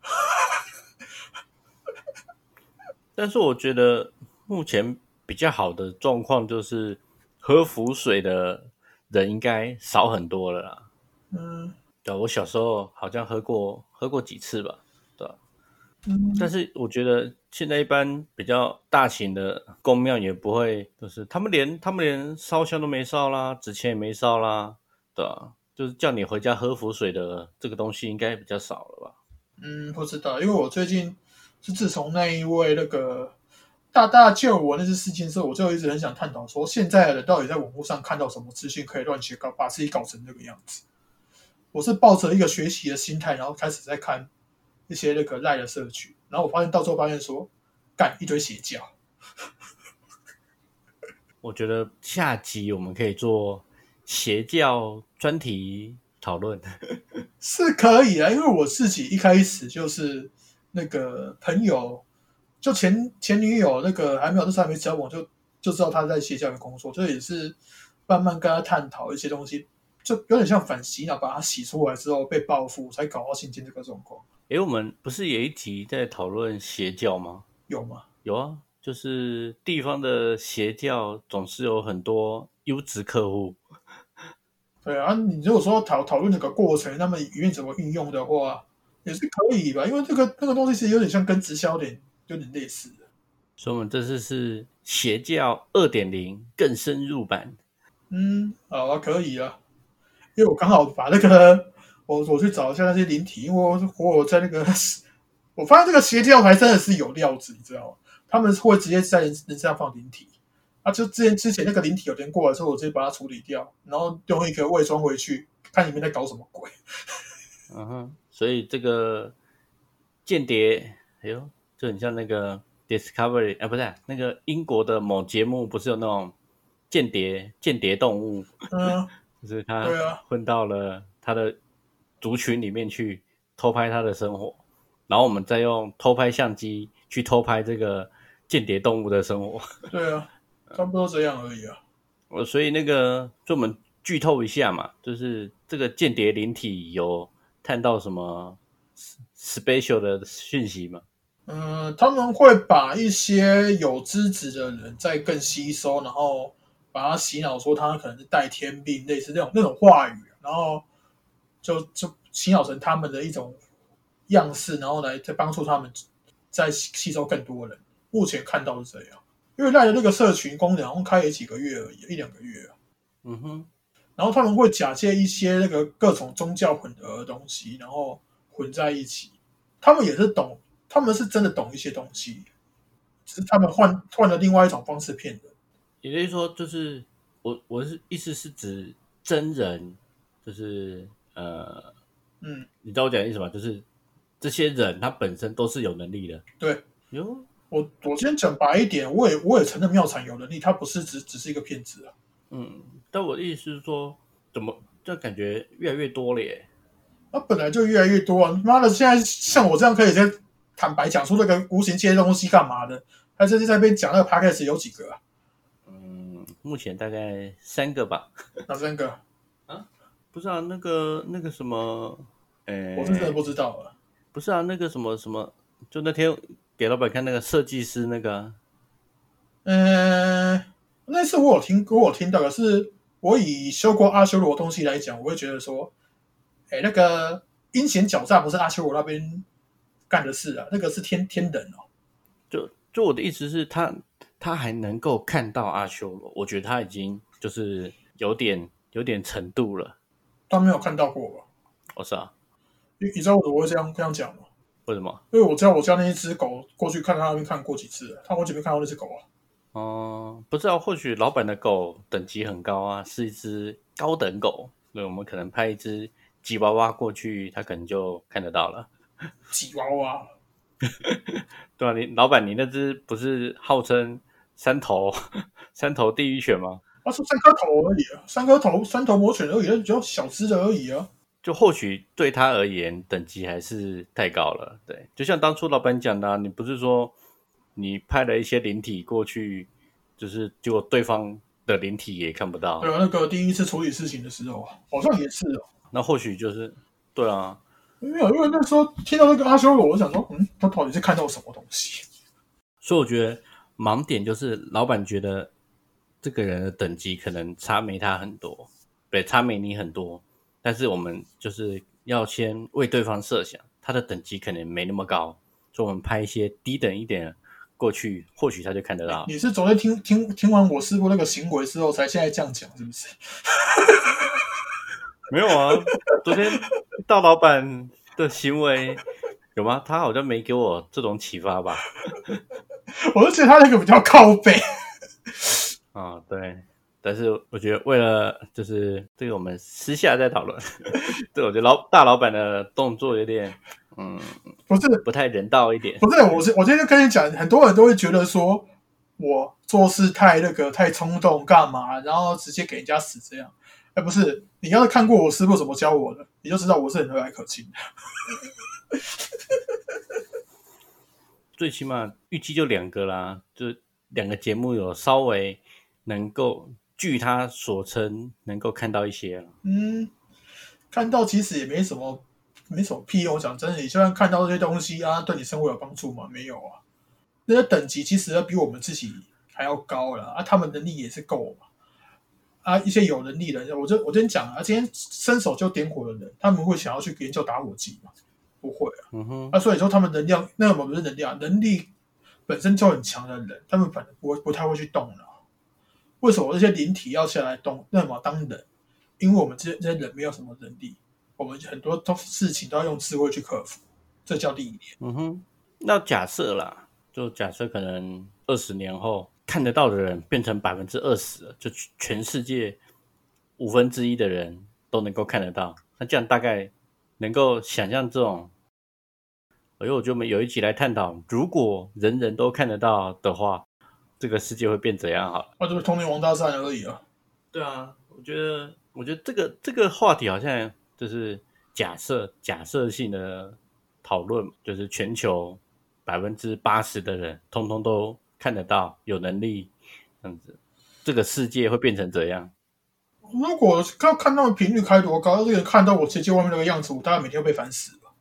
但是我觉得目前比较好的状况就是喝符水的人应该少很多了啦。 嗯对，我小时候好像喝过几次吧，对吧？但嗯， 是我觉得现在一般比较大型的宫庙也不会，就是他们连烧香都没烧啦，纸钱也没烧啦，对吧？就是叫你回家喝符水的这个东西应该比较少了吧？ 不知道，因为我最近是自从那一位那个大大救我那次事件之后，我就一直很想探讨说，现在的人到底在网络上看到什么资讯可以乱把自己搞成这个样子。我是抱着一个学习的心态，然后开始在看一些那个赖的社区，然后我发现到最后发现说，干一堆邪教。 我觉得下集我们可以做邪教专题讨论。 是可以啊，因为我自己一开始就是那个朋友，就前女友那个还没有那时候还没交往就知道他在邪教里工作，这也是慢慢跟他探讨一些东西，就有点像反洗脑，把他洗出来之后被报复，才搞到现今这个状况， 诶，我们不是有一集在讨论邪教吗？ 有吗？ 有啊，就是地方的邪教总是有很多优质客户。 对啊，你如果说讨论这个过程，那么里面怎么运用的话，也是可以吧，因为那个东西其实有点像跟直销有点类似的。 所以我们这次是邪教2.0更深入版。 好啊，可以啊。因为我刚好把那个我去找一下那些灵体，因为我有在那个我发现这个邪教还真的是有料子，你知道吗？他们会直接在人身上放灵体，啊，就之前那个灵体有人过来之后，我直接把它处理掉，然后用一个伪装回去，看里面在搞什么鬼。 嗯哼，所以这个间谍，哎呦，就很像那个 Discovery 啊，不是那个英国的某节目，不是有那种间谍动物， 嗯， 就是他对啊， 混到了他的族群里面去偷拍他的生活，然后我们再用偷拍相机去偷拍这个间谍动物的生活。 对啊，差不多这样而已啊。 所以那个，就我们剧透一下嘛，就是这个间谍灵体有探到什么 special 的讯息吗？ 他们会把一些有资质的人再更吸收，然后把他洗脑说他可能是带天命，类似那种话语，然后就洗脑成他们的一种样式，然后来再帮助他们再吸收更多人。目前看到是这样，因为赖的那个社群功能好像开了几个月而已，一两个月啊。 嗯哼。 然后他们会假借一些各种宗教混合的东西，然后混在一起。他们也是懂他们是真的懂一些东西，只是他们换了另外一种方式骗人。 也就是说，就是我是意思是指真人，就是你知道我讲的意思吗？就是这些人他本身都是有能力的。 对， 哟， 我先讲白一点，我也承认妙产有能力，他不是只是一个骗子啊。 但我的意思是说，怎么这感觉越来越多了耶？ 那本来就越来越多啊！妈的，现在像我这样可以在坦白讲出那个无形界的东西干嘛的？还是在那边讲那个 podcast 有几个啊？ 目前大概3个吧。 哪3个？ 不是啊，那个什么， 我是真的不知道了。 不是啊，那个什么什么，就那天给老板看那个设计师那个啊， 那次我有听到，可是我以修过阿修罗的东西来讲，我会觉得说，那个阴险狡诈不是阿修罗那边干的事啊，那个是天人哦。 就我的意思是他还能够看到阿修罗，我觉得他已经就是有点程度了。 他没有看到过吧？ 我是啊， 你知道我怎么会这样讲吗？ 为什么？ 因为我知道我家那一只狗过去看他那边看过几次了，他完全没看到那只狗啊。 不知道，或许老板的狗等级很高啊，是一只高等狗，所以我们可能派一只吉娃娃过去，它可能就看得到了。 吉娃娃， 对啊，老板，你那只不是号称三头地狱犬吗？ 他说3颗头而已啊，3头魔犬而已，比较小只的而已啊。 就或许对他而言，等级还是太高了。对，就像当初老板讲的啊，你不是说你派了一些灵体过去，就是结果对方的灵体也看不到。 对啊，那个第一次处理事情的时候，好像也是哦。 那或许就是对啊， 没有，因为那时候听到那个阿修罗，我想说，他到底是看到什么东西？ 所以我觉得盲点就是老板觉得这个人的等级可能差没他很多，对，差没你很多，但是我们就是要先为对方设想，他的等级可能没那么高，所以我们派一些低等一点的过去，或许他就看得到。 你是昨天听完我师傅那个行为之后，才现在这样讲，是不是？ 没有啊，昨天大老板的行为有吗？他好像没给我这种启发吧。 我就觉得他那个比较靠背。 对，但是我觉得为了就是这个我们私下再讨论。对，我觉得大老板的动作有点不太人道一点。 不是，我今天就跟你讲，很多人都会觉得说我做事太冲动干嘛，然后直接给人家死这样。不是，你要是看过我师傅怎么教我的，你就知道我是很和蔼可亲的。 最起码预计就2个啦，就2个节目有稍微能够据他所称能够看到一些了。 看到其实也没什么屁用。讲真的，你就算看到这些东西啊，对你生活有帮助吗？没有啊。那些等级其实要比我们自己还要高了啊，他们能力也是够嘛。啊，一些有能力的人，我今天讲啊，今天伸手就点火的人，他们会想要去研究打火机吗？不会啊。所以说他们能量，那么不是能力本身就很强的人，他们反正不太会去动了。为什么这些灵体要下来动？那么当人，因为我们这些人没有什么能力，我们很多事情都要用智慧去克服，这叫历练。 那假设啦，就假设可能20年后看得到的人变成20%了，就全世界1/5的人都能够看得到，那这样大概能够想象这种。我就有一集来探讨，如果人人都看得到的话，这个世界会变怎样好了？ 那就是通灵王大赛而已啊。 对啊，我觉得这个话题好像就是假设性的讨论，就是全球80%的人通通都看得到，有能力这样子，这个世界会变成怎样？ 如果看到的频率开多高，这个人看到我结界外面那个样子，我大概每天会被烦死吧。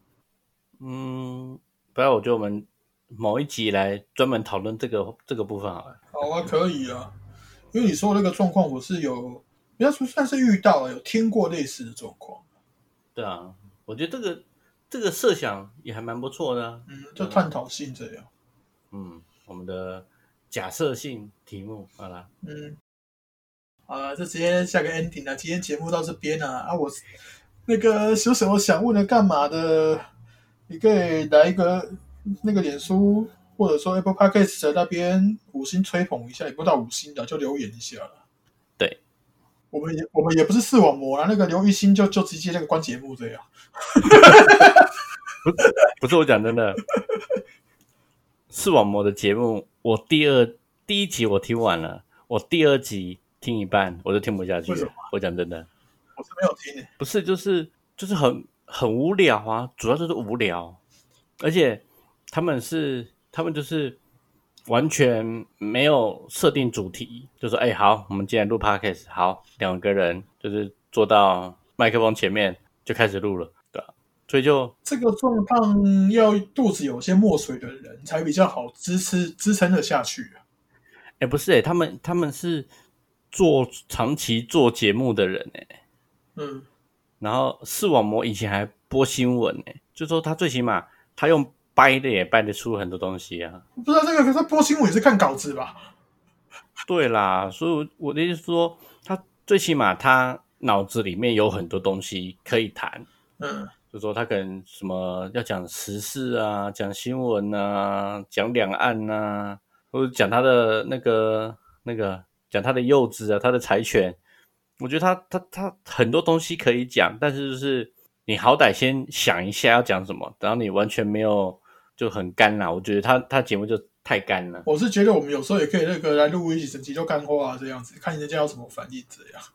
不然我觉得我们某一集来专门讨论这个部分好了。 好啊，可以啊。因为你说的那个状况，我是有，应该算是遇到了，有听过类似的状况。 对啊，我觉得这个设想也还蛮不错的啊。 就探讨性这样。 我们的假设性题目好了。 好了，就直接下个 ending 了。今天节目到这边啊，我那个有什么想问的干嘛的，你可以来一个那个脸书或者说 Apple Podcast 那边5星吹捧一下，也不到5星的就留言一下了。 对， 我们也不是视网膜啦，那个留1星就直接那个关节目这样。 不是我讲真的，视网膜的节目，我第一集我听完了，我第2集听一半我就听不下去了。 为什么？ 我讲真的， 我是没有听不是就是很无聊啊，主要就是无聊，而且他们就是完全没有设定主题，就说好，我们今天录 podcast， 好，2个人就是坐到麦克风前面就开始录了，对吧？所以就这个状况要肚子有些墨水的人才比较好支撑得下去。 不是他们是长期做节目的人然后视网膜以前还播新闻就说他最起码他用掰的也掰得出很多东西啊。 不知道这个他播新闻也是看稿子吧？ 对啦，所以我的意思说，他最起码他脑子里面有很多东西可以谈。就说他可能什么要讲时事啊，讲新闻啊，讲两岸啊，或者讲他的那个讲他的幼稚啊，他的柴犬。我觉得他很多东西可以讲，但是就是你好歹先想一下要讲什么，然后你完全没有就很干啦。我觉得他节目就太干了。 我是觉得我们有时候也可以那个来录一起整集就干话这样子，看人家有什么反应这样。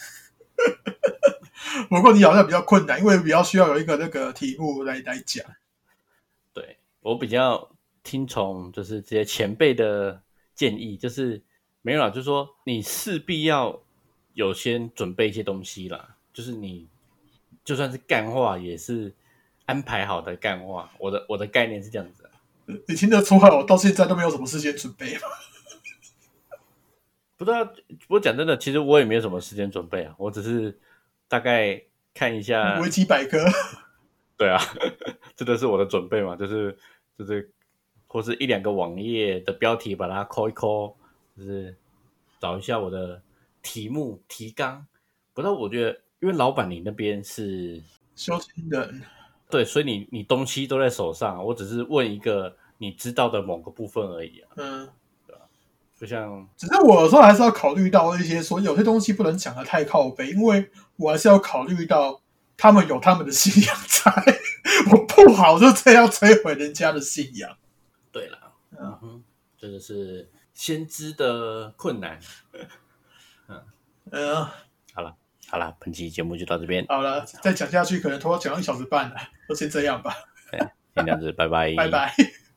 不过你好像比较困难，因为比较需要有一个那个题目来讲。 对，我比较听从就是这些前辈的建议，就是没有啦，就是说你势必要有先准备一些东西啦，就是你就算是干话也是安排好的干话。我的概念是这样子。 你听得出来我到现在都没有什么事先准备吗？ 不知道，不过讲真的，其实我也没有什么时间准备啊，我只是大概看一下维基百科。 对啊，这就是我的准备嘛，就是或是1-2个网页的标题把它抠一抠，就是找一下我的题目提纲。不知道我觉得，因为老板你那边是修行人， 对，所以你东西都在手上，我只是问一个你知道的某个部分而已啊。对吧？就像只是我有时候还是要考虑到一些说有些东西不能讲的太靠北，因为我还是要考虑到他们有他们的信仰在，我不好就这样摧毁人家的信仰。 对啦，这个是先知的困难。好了，本期节目就到这边。 好了，再讲下去可能拖讲1小时半了，就先这样吧。 先这样子，拜拜， 拜拜。